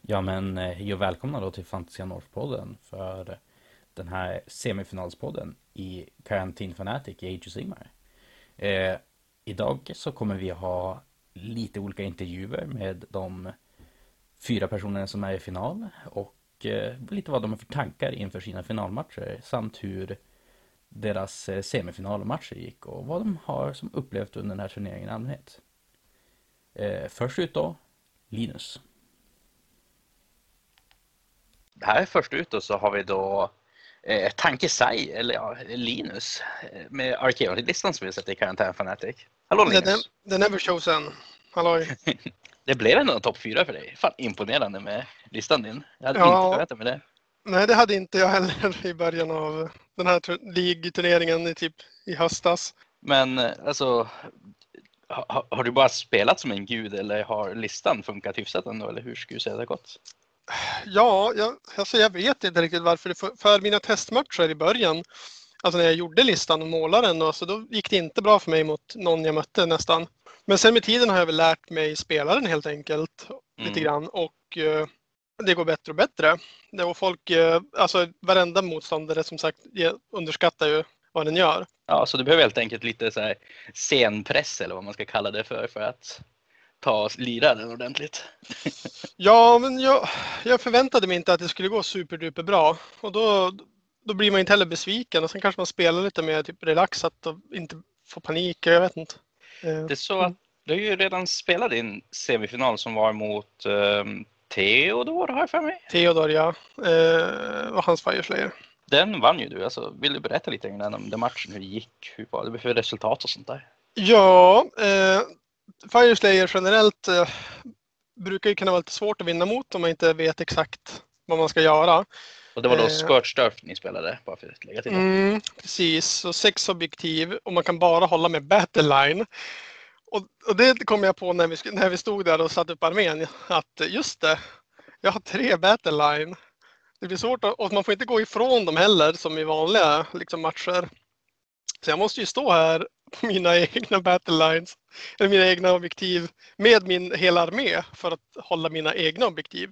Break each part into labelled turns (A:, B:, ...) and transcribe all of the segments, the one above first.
A: Ja men, hej och välkomna då till Fantasia North-podden för den här semifinalspodden i Quarantine Fanatic i Age of Sigmar. Eh, Idag så kommer vi ha lite olika intervjuer med de 4 personerna som är i final och lite vad de har för tankar inför sina finalmatcher samt hur deras semifinalmatcher gick och vad de har som upplevt under den här turneringen i allmänhet. Först ut då, Linus.
B: Här först ut då så har vi då Tanke Sai, eller ja, Linus, med Arkeon-listan som vi sett i Karantän Fanatic. Hallå Linus!
C: The Never Chosen. Halloj.
B: Det blev ändå en topp 4 för dig. Fan, imponerande med listan din. Jag hade inte förväntat mig det.
C: Nej, det hade inte jag heller i början av den här League-turneringen i höstas.
B: Men alltså, har du bara spelat som en gud eller har listan funkat hyfsat ändå? Eller hur skulle du säga det har gått?
C: Ja, jag vet inte riktigt varför. För mina testmatcher i början, alltså när jag gjorde listan och målade den, så då gick det inte bra för mig mot någon jag mötte nästan. Men sen med tiden har jag väl lärt mig spela den helt enkelt lite grann och det går bättre och bättre. Och folk, alltså varenda motståndare som sagt underskattar ju vad den gör.
B: Ja, så du behöver helt enkelt lite så här scenpress eller vad man ska kalla det för att ta och lira den ordentligt.
C: Ja, men jag förväntade mig inte att det skulle gå superduper bra. Och då blir man inte heller besviken. Och sen kanske man spelar lite mer typ relaxat och inte får panik. Jag vet inte.
B: Det är så att du har ju redan spelat din semifinal som var mot Theodor, har jag för mig.
C: Theodor, ja. Och hans Fireslayer.
B: Den vann ju du. Alltså, vill du berätta lite om den matchen? Hur det gick? Hur var det för resultat och sånt där?
C: Ja, Fireslayer generellt brukar ju kunna vara lite svårt att vinna mot om man inte vet exakt vad man ska göra.
B: Och det var då Scorched ni spelade, bara för att lägga till det.
C: Precis, så 6 objektiv och man kan bara hålla med Battleline. Och det kom jag på när vi stod där och satte upp armén, att just det, jag har 3 Battleline. Det blir svårt och man får inte gå ifrån dem heller som i vanliga liksom, matcher. Så jag måste ju stå här på mina egna Battlelines, eller mina egna objektiv med min hela armé för att hålla mina egna objektiv.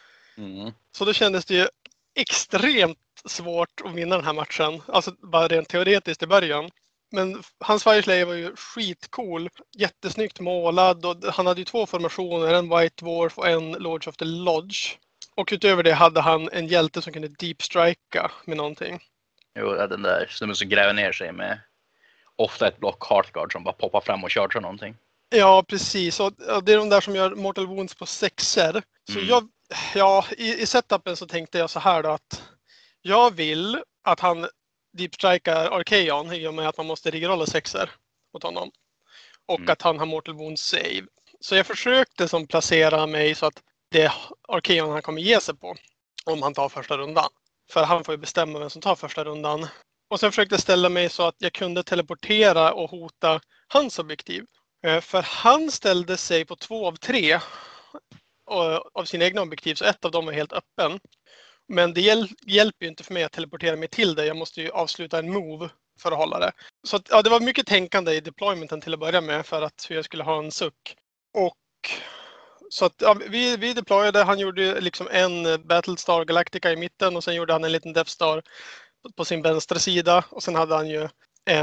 C: Så då kändes det ju extremt svårt att vinna den här matchen. Alltså bara rent teoretiskt i början. Men hans Fireslayer var ju skitcool. Jättesnyggt målad och han hade ju 2 formationer. En White Dwarf och en Lords of the Lodge. Och utöver det hade han en hjälte som kunde deep-strika med någonting.
B: Jo, den där som så gräver ner sig med ofta ett block Heartguard som bara poppar fram och chargear någonting.
C: Ja, precis. Och det är de där som gör Mortal Wounds på 6-er. Så i setupen så tänkte jag så här då att jag vill att han deepstrikar Arkeon i och med att man måste rerolla 6-er mot honom. Och att han har Mortal Wounds save. Så jag försökte som placera mig så att det är Arkeon han kommer ge sig på om han tar första rundan. För han får ju bestämma vem som tar första rundan. Och sen försökte jag ställa mig så att jag kunde teleportera och hota hans objektiv. För han ställde sig på 2 av 3 av sina egna objektiv, så ett av dem är helt öppen. Men det hjälper ju inte för mig att teleportera mig till det. Jag måste ju avsluta en move för att hålla det. Så att, det var mycket tänkande i deploymenten till att börja med för att hur jag skulle ha en suck. Och så att vi deployade. Han gjorde liksom en Battlestar Galactica i mitten och sen gjorde han en liten Death Star på sin vänstra sida. Och sen hade han ju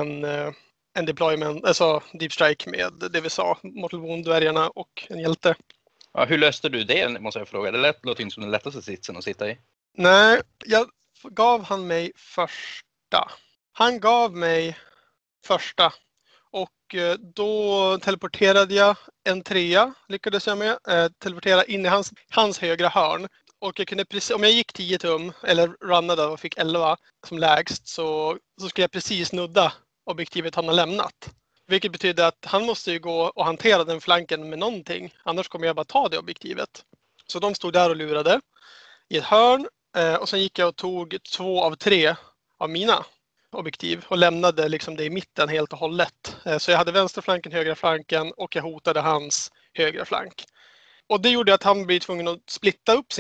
C: en deployment, alltså Deep Strike med det vi sa, Mortal Wound-dvärgarna och en hjälte.
B: Ja, hur löste du det, måste jag fråga? Det låter inte som den lättaste sitsen att sitta i.
C: Nej, jag gav han mig första. Han gav mig första. Och då teleporterade jag en 3, lyckades jag med. Teleportera in i hans högra hörn. Och jag kunde precis, om jag gick 10 tum, eller runnade och fick 11 som lägst, så skulle jag precis nudda objektivet han har lämnat. Vilket betyder att han måste ju gå och hantera den flanken med någonting. Annars kommer jag bara ta det objektivet. Så de stod där och lurade i ett hörn. Och sen gick jag och tog 2 av 3 av mina objektiv. Och lämnade liksom det i mitten helt och hållet. Så jag hade vänstra flanken, högra flanken och jag hotade hans högra flank. Och det gjorde att han blev tvungen att splitta upp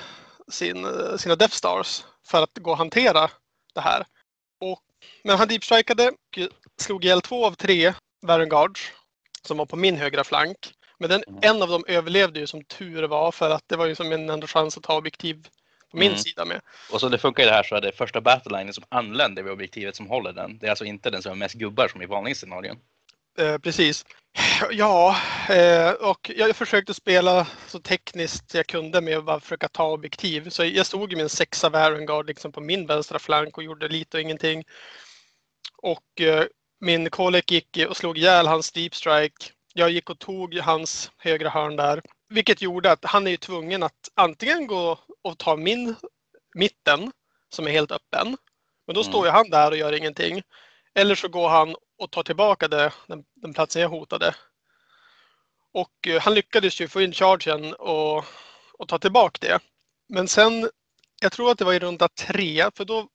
C: sina Death Stars för att gå och hantera det här. Men han deepstrikade och slog ihjäl 2 av 3 Vanguards som var på min högra flank. Men en av dem överlevde ju som tur var, för att det var ju som en ändå chans att ta objektiv på min sida med.
B: Och så det funkar ju det här, så är det första battlelinen som anländer vid objektivet som håller den. Det är alltså inte den som är mest gubbar som i vanliga scenarion.
C: Precis. Ja, och jag försökte spela så tekniskt jag kunde med att bara försöka ta objektiv. Så jag stod i min 6 Varengard liksom på min vänstra flank och gjorde lite och ingenting. Och min Kolek gick och slog ihjäl hans deep strike. Jag gick och tog hans högra hörn där. Vilket gjorde att han är ju tvungen att antingen gå och ta mitten som är helt öppen. Men då står ju han där och gör ingenting. Eller så går han och tar tillbaka den platsen jag hotade. Och han lyckades ju få in chargen och ta tillbaka det. Men sen, jag tror att det var i runda 3. För då,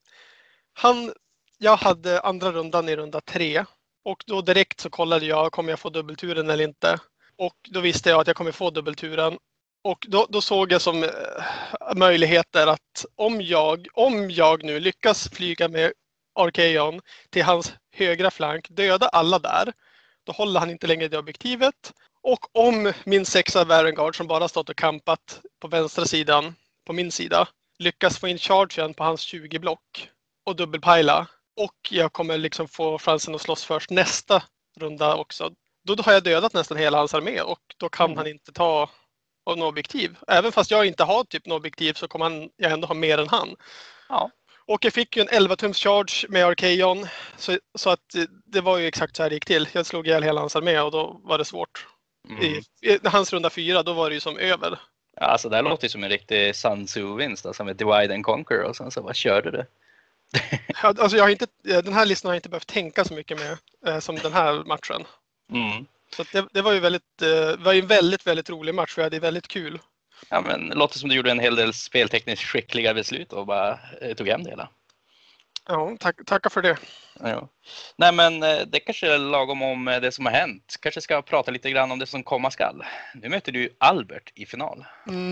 C: jag hade andra rundan i runda 3. Och då direkt så kollade jag, kommer jag få dubbelturen eller inte? Och då visste jag att jag kommer få dubbelturen. Och då såg jag som möjligheter att om jag nu lyckas flyga med Arkeon till hans högra flank, döda alla där, då håller han inte längre det objektivet. Och om min 6 Varengard som bara stått och kampat på vänstra sidan, på min sida, lyckas få in chargen på hans 20 block och dubbelpajla, och jag kommer liksom få chansen att slåss först nästa runda också, då har jag dödat nästan hela hans armé, och då kan han inte ta något objektiv. Även fast jag inte har typ något objektiv så kommer jag ändå ha mer än han. Ja. Och jag fick ju en 11-tums charge med Arkeon, så att det var ju exakt så här det gick till. Jag slog ihjäl hela hans armé och då var det svårt. I hans runda 4, då var det ju som över.
B: Ja, alltså det här låter ju som en riktig Sun Tzu-vinst, alltså med Divide and Conquer, och sen så bara körde det.
C: Alltså den här listan har jag inte behövt tänka så mycket med som den här matchen. Så det var ju en väldigt, väldigt rolig match, för jag hade väldigt kul.
B: Ja, men det låter som du gjorde en hel del speltekniskt skickliga beslut och bara tog hem det hela.
C: Ja, tackar för det.
B: Ja. Nej, men det kanske är lagom om det som har hänt. Kanske ska prata lite grann om det som komma skall. Nu möter du Albert i final.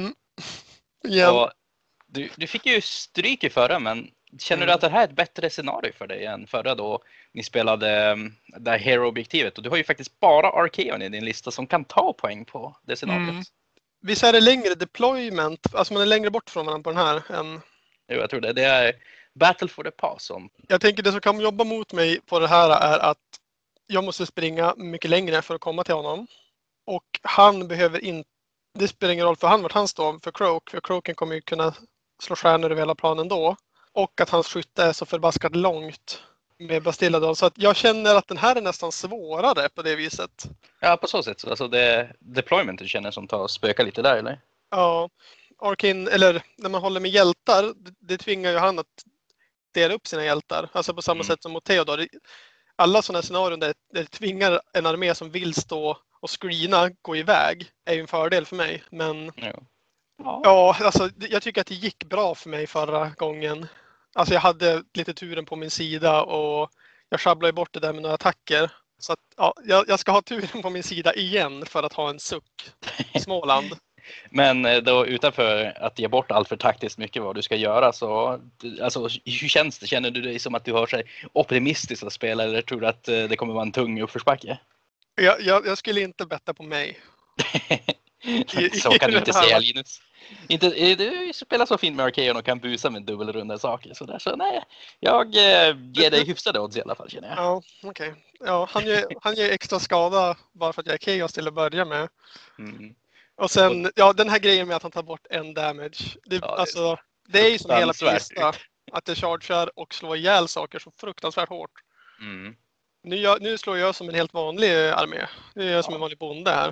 C: Ja.
B: Du fick ju stryk i förra, men känner du att det här är ett bättre scenario för dig än förra då ni spelade det här Hero-objektivet? Och du har ju faktiskt bara Arkeon i din lista som kan ta poäng på det scenariot.
C: Visst är det längre deployment, alltså man är längre bort från varandra på den här än...
B: Jo, jag tror det. Det är Battle for the Pass som... Jag
C: tänker det som kan jobba mot mig på det här är att jag måste springa mycket längre för att komma till honom. Och han behöver inte... Det spelar ingen roll för han vart han står för Croak, för Croaken kommer ju kunna slå stjärnor över hela planen då. Och att hans skytte är så förbaskat långt med Bastilla då. Så att jag känner att den här är nästan svårare på det viset.
B: Ja, på så sätt. Alltså det deployment du känner som tar och spökar lite där, eller?
C: Ja, Arkin, eller när man håller med hjältar, det tvingar ju han att dela upp sina hjältar. Alltså på samma sätt som mot Theodor. Alla sådana scenarion där det tvingar en armé som vill stå och screena gå iväg är ju en fördel för mig. Men ja, alltså jag tycker att det gick bra för mig förra gången. Alltså jag hade lite turen på min sida och jag sjabblade bort det där med några attacker. Så att, ja, jag ska ha turen på min sida igen för att ha en suck. Småland.
B: Men då utanför att ge bort allt för taktiskt mycket vad du ska göra, så alltså, hur känns det? Känner du dig som att du har sig optimistiskt att spela, eller tror du att det kommer vara en tung uppförsbacke?
C: Jag skulle inte betta på mig.
B: Så kan du inte säga, Linus. Du spelar så fint med Arkeon och kan busa med dubbelrunda saker. Så nej, jag ger dig hyfsade odds i alla fall, känner jag.
C: Ja, okej. Ja, han ger extra skada bara för att jag är Chaos till att börja med. Och sen, den här grejen med att han tar bort en damage. Det är ju som hela pista. Att det chargear och slår ihjäl saker så fruktansvärt hårt. Nu slår jag som en helt vanlig armé. Nu är jag som en vanlig bonde här.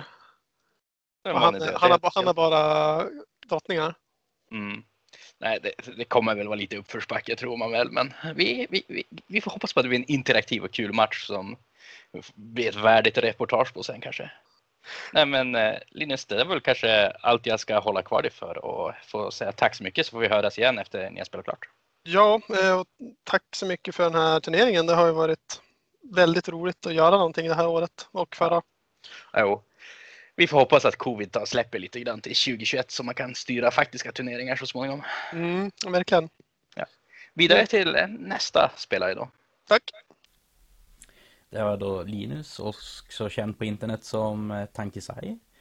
C: Han har bara drottningar.
B: Nej, det kommer väl vara lite uppförsbacke, tror man väl. Men vi får hoppas på att det blir en interaktiv och kul match som blir ett värdigt reportage på sen kanske. Nej, men Linus, det är väl kanske allt jag ska hålla kvar dig för, och få säga tack så mycket, så får vi höras igen efter ni har spelat klart.
C: Ja, och tack så mycket för den här turneringen. Det har ju varit väldigt roligt att göra någonting det här året och förra.
B: Jo. Vi får hoppas att covid släpper lite grann till 2021 så man kan styra faktiska turneringar så småningom.
C: Verkligen.
B: Ja. Vidare till nästa spelare då.
C: Tack.
A: Det var då Linus, också känd på internet som Tankisai.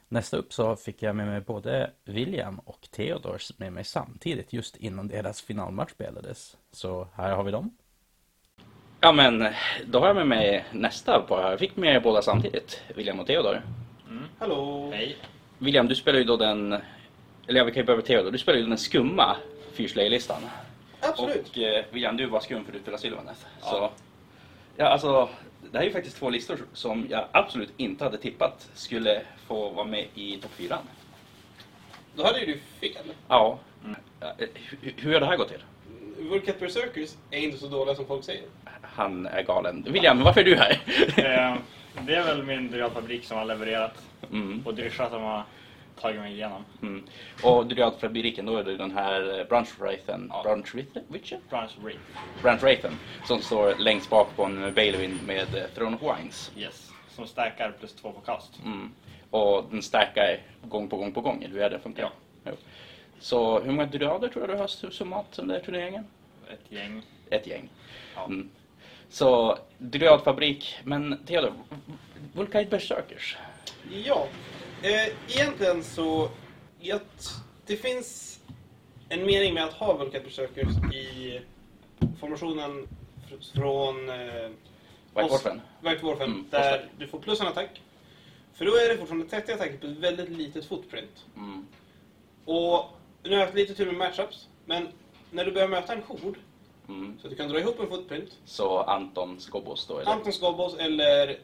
A: Nästa upp så fick jag med mig både William och Theodor med mig samtidigt just innan deras finalmatch spelades. Så här har vi dem. Ja, men då har jag med mig nästa par. Jag fick med båda samtidigt, William och Theodor.
D: Hallå!
B: Hej.
A: William, du spelar ju då den... Eller vi kan ju börja med Theodor. Du spelar ju den skumma fyrslöjlistan.
D: Absolut.
A: Och William, du var skum för att du spelar Sylvaneth. Ja. Så, ja, alltså, det här är ju faktiskt 2 listor som jag absolut inte hade tippat skulle få vara med i topp 4.
D: Då hade ju du fel.
A: Ja. Hur har det här gått till?
D: Vulcat Berserkers är inte så dåliga som folk säger.
A: Han är galen. William, varför är du här?
E: Det är väl min Dryadfabrik som har levererat. Och Drisha som har tagit mig igenom.
A: Och Dryadfabriken, då är det den här Brunchwraithen.
E: Ja.
A: Brunchwraithen. Som står längst bak på en Balewind med Throne of Wines.
E: Yes. Som stärkar +2 på kast.
A: Och den stärkar gång på gång på gång. Hur är det funkar? Ja. Så hur många Dryader tror du har summat under turneringen? Ett gäng.
E: Ja.
A: Så Dryadfabrik. Men Theodor, Vulcat Berserkers?
D: Ja, egentligen så... det finns en mening med att ha Vulcat Berserkers i formationen från... White Dwarfen. Där du får plus en attack. För då är det fortfarande 30 attacker på ett väldigt litet footprint. Och nu har jag haft lite tur med matchups. Men när du börjar möta en hord så att du kan dra ihop en footprint.
A: Så Anton Skobos då? Eller?
D: Anton Skobos eller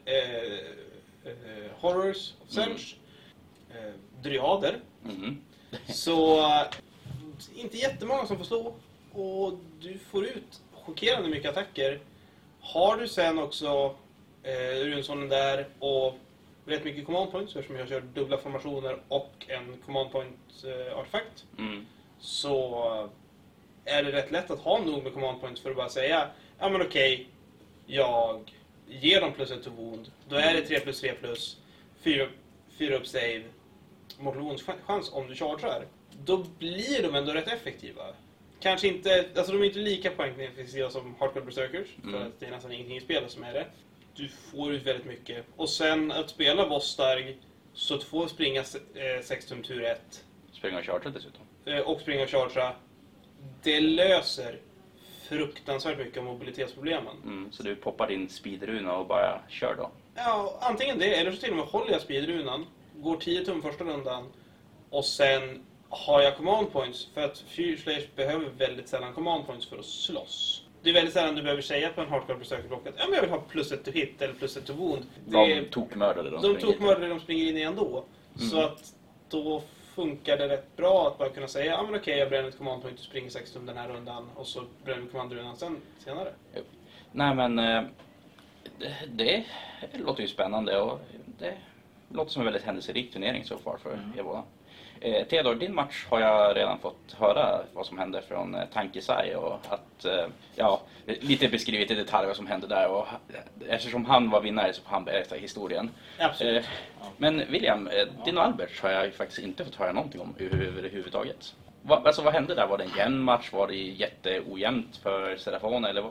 D: Horrors of Sench. Dryader. Så inte jättemånga som får slå. Och du får ut chockerande mycket attacker. Har du sen också Runsonen där och rätt mycket command points, eftersom jag kör dubbla formationer och en command point artefakt, så är det rätt lätt att ha nog med command points för att bara säga, ja men okej, jag ger dem +1 to wound, då är det 3+3+, 4 upp save, mortal wounds chans om du chargear. Då blir de ändå rätt effektiva. Kanske inte, alltså de är inte lika poängeffektiva som Hardcore Berserkers, för att det är nästan ingenting i spelet som är det. Du får ut väldigt mycket. Och sen att spela Vostarg så att du får springa 6 tum tur 1.
A: Springa och chargea dessutom.
D: Och springa och chargea. Det löser fruktansvärt mycket av mobilitetsproblemen.
A: Så du poppar din speedruna och bara kör då?
D: Ja, antingen det, eller så till och med håller jag speedrunan. Går 10 tum första rundan. Och sen har jag command points. För att Fyrslayer behöver väldigt sällan command points för att slåss. Det är väldigt sällan du behöver säga på en hardcore Berserker-block att ja, men jag vill ha +1 to hit eller +1 to wound.
A: De tokmördade
D: de springer in i ändå. Så att då funkar det rätt bra att bara kunna säga ja men okej, jag bränner ett command point och springer 6 tum den här rundan och så bränner vi kommandorundan senare.
A: Jo. Nej men det låter ju spännande och det låter som en väldigt händelserik turnering så far för er båda. Theodor, din match har jag redan fått höra vad som hände från Tankesai och att, lite beskrivit i detalj vad som hände där och eftersom han var vinnare så får han berätta historien.
D: Absolut.
A: Men William, din och Albert har jag faktiskt inte fått höra någonting om överhuvudtaget. Vad hände där? Var det en jämn match? Var det jätteojämnt för Serafon? Eller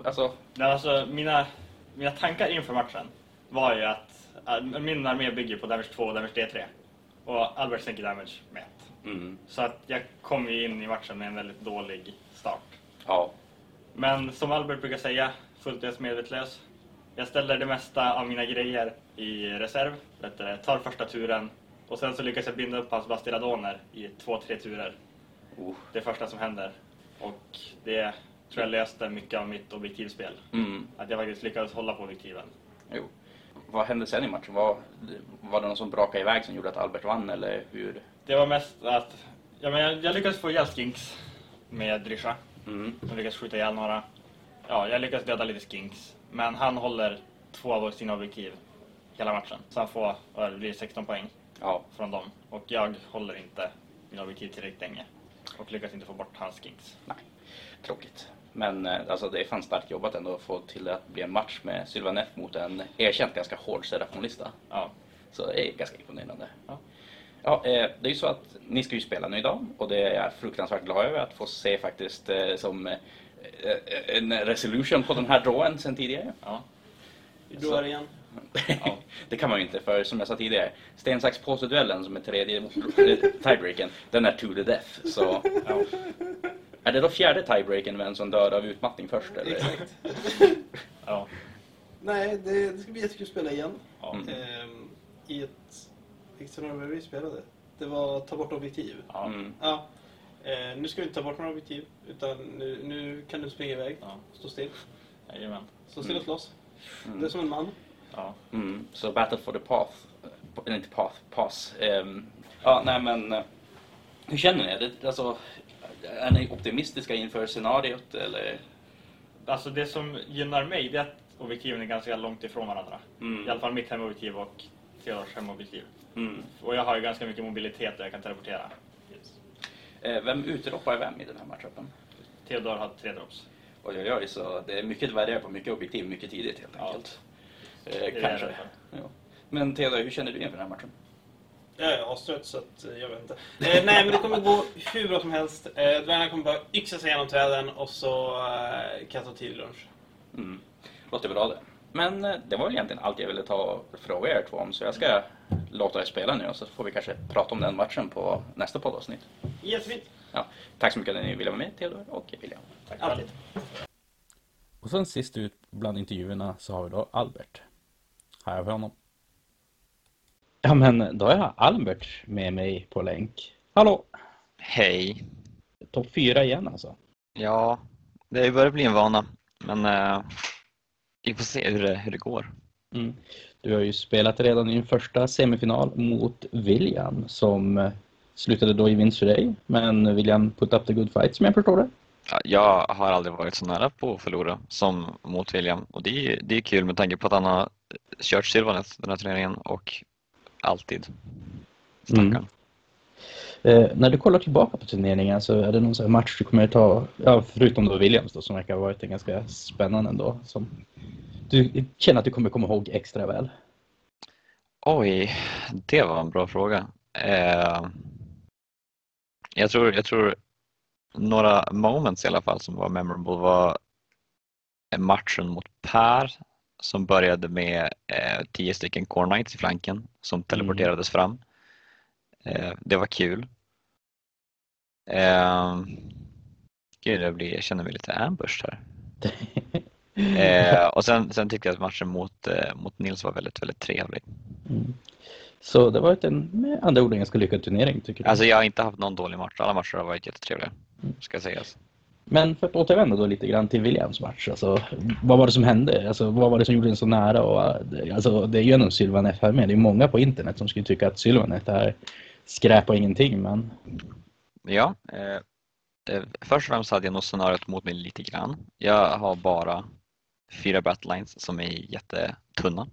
E: mina tankar inför matchen var ju att min armé bygger på damage 2 och damage D3. Och Albert sänker damage med 1. Så att jag kom ju in i matchen med en väldigt dålig start.
A: Ja.
E: Men som Albert brukar säga, fullt medvetlös. Jag ställer det mesta av mina grejer i reserv. Tar första turen. Och sen så lyckas jag binda upp hans Bastiladoner i 2-3 turer. Det är första som händer. Och det tror jag löste mycket av mitt objektivspel. Att jag faktiskt lyckades hålla på objektiven.
A: Jo. Vad hände sen i matchen? Var det någon som brakade iväg som gjorde att Albert vann eller hur?
E: Det var mest att jag lyckades få ihjäl skinks med Drisha. Jag lyckades skjuta ihjäl några. Ja, jag lyckades döda lite skinks. Men han håller 2 av sina objektiv hela matchen. Så han får, det blir 16 poäng från dem. Och jag håller inte mina objektiv tillräckligt länge. Och lyckas inte få bort hans skinks.
A: Nej, tråkigt. Men alltså, det är fan starkt jobbat ändå att få till att bli en match med Sylvaneth mot en erkänt ganska hård Serafonlista.
E: Ja.
A: Så det är ganska imponerande. Ja, det är ju så att ni ska ju spela nu idag och det är jag fruktansvärt glad över att få se faktiskt som en resolution på den här drawen sen tidigare.
D: Vi drar igen.
A: Ja. Det kan man ju inte, för som jag sa tidigare, sten, sax, påse-duellen som är tredje tiebreaken, den är to the death. Så ja. Är det då fjärde tiebreaken vem som dör av utmattning först? Eller?
D: Exakt.
E: Ja.
D: Nej, det ska bli jättekul att spela igen.
E: Ja.
D: I ett extra nummer vi spelade. Det var ta bort objektiv.
E: Ja.
D: Ja. Nu ska vi inte ta bort några objektiv, utan nu kan du springa iväg.
E: Ja.
D: Stå still.
E: Jajamän.
D: Stå still och slåss. Det är som en man.
E: Ja.
A: Så battle for the path. Eller inte path, pass. Ja, nej men... hur känner ni? Alltså, är ni optimistiska inför scenariot, eller?
E: Alltså det som gynnar mig, det är att objektiven är ganska långt ifrån varandra. I alla fall mitt hemobjektiv och Theodors hemobjektiv. Och jag har ju ganska mycket mobilitet där jag kan teleportera.
A: Vem utroppar vem i den här matchupen?
E: Theodor har 3 drops.
A: Oj, så det är mycket värre på mycket objektiv mycket tidigt helt enkelt. Kanske. Ja. Men Theodor, hur känner du inför den här matchen?
D: Jag är astrött, så att jag vet inte. Nej, men det kommer gå hur bra som helst. Dvärgarna kommer bara yxa sig genom träden och så kan jag ta till lunch.
A: Låter bra det. Men det var egentligen allt jag ville ta fråga er två om. Så jag ska låta er spela nu och så får vi kanske prata om den matchen på nästa poddavsnitt.
D: Jättefint.
A: Ja, tack så mycket att ni ville vara med, Theodor och William.
E: Tack
D: Alltid.
A: Och sen sist ut bland intervjuerna så har vi då Albert. Här för honom. Ja, men då har jag Albert med mig på länk. Hallå!
F: Hej.
A: Topp 4 igen alltså.
F: Ja, det börjar bli en vana. Men vi får se hur det går.
A: Du har ju spelat redan i din första semifinal mot William som slutade då i vinst för dig. Men William put up the good fight som jag förstår det.
F: Ja, jag har aldrig varit så nära på att förlora som mot William. Och det är kul med tanke på att han har kört Sylvanet den här turneringen och alltid stackarn.
A: När du kollar tillbaka på turneringen så är det någon sån här match du kommer ta, ja, förutom då Williams då, som verkar ha varit en ganska spännande ändå, som du känner att du kommer komma ihåg extra väl?
F: Oj, det var en bra fråga. Jag tror några moments i alla fall som var memorable var matchen mot Per som började med 10 stycken Core Knights i flanken som teleporterades fram. Det var kul. Gud, jag känner mig lite ambush här. Och sen tyckte jag att matchen mot Nils var väldigt, väldigt trevlig.
A: Så det var med andra ord en ganska lyckad turnering, tycker du?
F: Alltså jag har inte haft någon dålig match. Alla matcher har varit jättetrevliga, ska sägas.
A: Men för att återvända då lite grann till Williams match, alltså, vad var det som hände? Alltså, vad var det som gjorde den så nära? Och, alltså, det är ju ändå Sylvanet här med. Det är många på internet som skulle tycka att Sylvanet är skräp och ingenting, men...
F: Ja, först och främst hade jag nog scenariot mot mig lite grann. Jag har bara 4 battlelines som är jättetunna.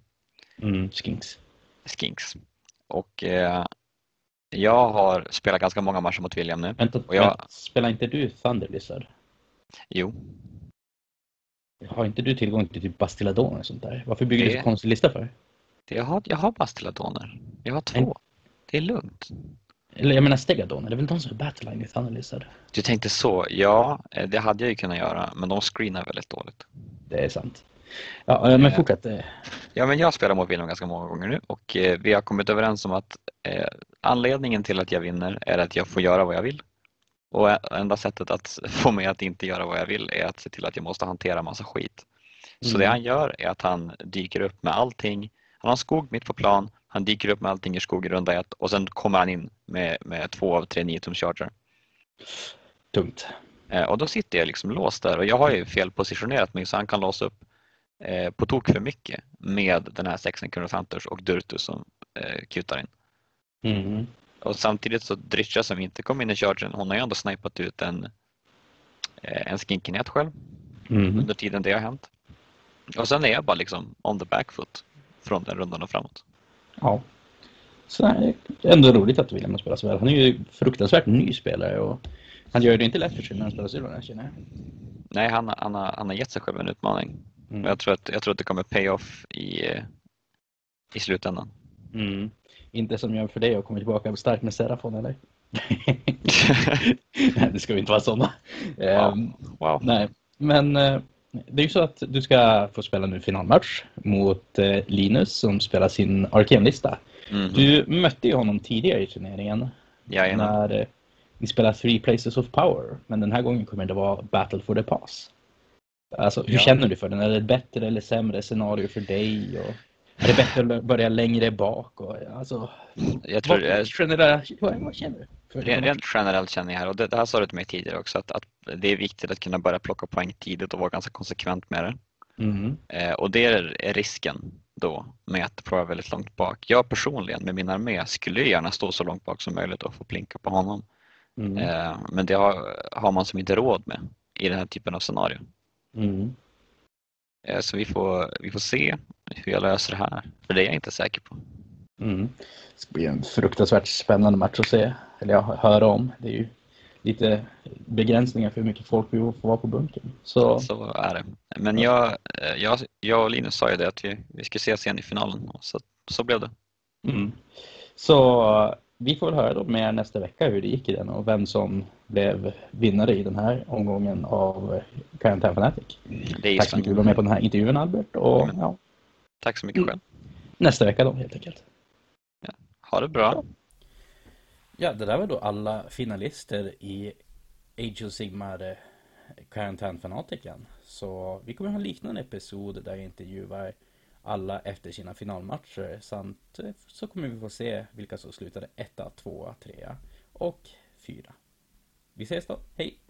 F: Skinks. Och jag har spelat ganska många matcher mot William nu.
A: Vänta, spelar inte du Thunder Lizard?
F: Jo.
A: Har inte du tillgång till typ Bastiladoner och sånt där? Varför bygger du så konstig lista för?
F: Jag har Bastiladoner. Jag har 2. Det är lugnt.
A: Eller jag menar Stegadoner, det är väl de som är Battleline i Thunder Lizard?
F: Du tänkte så, ja, det hade jag ju kunnat göra, men de screenar väldigt dåligt.
A: Det är sant. Ja, men fortsätt.
F: Ja, men jag spelar mot William ganska många gånger nu och vi har kommit överens om att anledningen till att jag vinner är att jag får göra vad jag vill. Och enda sättet att få mig att inte göra vad jag vill är att se till att jag måste hantera massa skit. Så det han gör är att han dyker upp med allting. Han har skog mitt på plan, han dyker upp med allting i skog i runda 1 och sen kommer han in med 2 av 3 9-tums charger.
A: Tungt.
F: Och då sitter jag liksom låst där och jag har ju felpositionerat mig så han kan låsa upp på tok för mycket med den här 16 Hunters och Durtus som kutar in. Och samtidigt så Dritcha som inte kom in i chargen, hon har ju ändå snipat ut en skinkenhet själv under tiden det har hänt. Och sen är jag bara liksom on the back foot från den rundan och framåt.
A: Ja. Så det är ändå roligt att William spelar så väl. Han är ju fruktansvärt ny spelare och han gör det inte lätt för sig när han spelar Sylvanet, känner jag.
F: Nej, han har gett sig själv en utmaning. Jag tror att det kommer pay off i slutändan.
A: Inte som jag för dig och kommer tillbaka starkt med Serafon, eller? Nej, det ska vi inte vara sådana.
F: Wow.
A: Nej, men Det är ju så att du ska få spela nu finalmatch mot Linus som spelar sin Arcane-lista. Du mötte ju honom tidigare i turneringen när ni spelade 3 Places of Power. Men den här gången kommer det vara Battle for the Pass. Alltså, hur känner du för den? Är det ett bättre eller sämre scenario för dig? Och är det bättre att börja längre bak? Och, alltså,
F: jag tror,
A: vad känner du?
F: Rent generellt känner jag här, och det här sa du till mig tidigare också, att det är viktigt att kunna börja plocka poäng tidigt och vara ganska konsekvent med det. Och det är risken då med att prova väldigt långt bak. Jag personligen med min armé skulle gärna stå så långt bak som möjligt och få plinka på honom. Men det har man som inte råd med i den här typen av scenario. Så vi får se hur jag löser det här, för det är jag inte säker på.
A: Det ska bli en fruktansvärt spännande match att se, eller höra om. Det är ju lite begränsningar för hur mycket folk vi får vara på bunkern. Så
F: är det. Men jag och Linus sa ju det att vi ska ses igen i finalen, så blev det.
A: Så vi får väl höra då mer nästa vecka hur det gick i den och vem som blev vinnare i den här omgången av Quarantine Fanatic. Tack så mycket för att du var med på den här intervjun, Albert. Och,
F: tack så mycket själv.
A: Nästa vecka då, helt enkelt.
F: Ja, ha det bra.
A: Ja, det där var då alla finalister i Age of Sigmar Quarantine Fanatiken. Så vi kommer ha en liknande episod där jag intervjuar alla efter sina finalmatcher. Samt så kommer vi få se vilka som slutade 1, 2, 3 och 4. Vi ses då. Hej!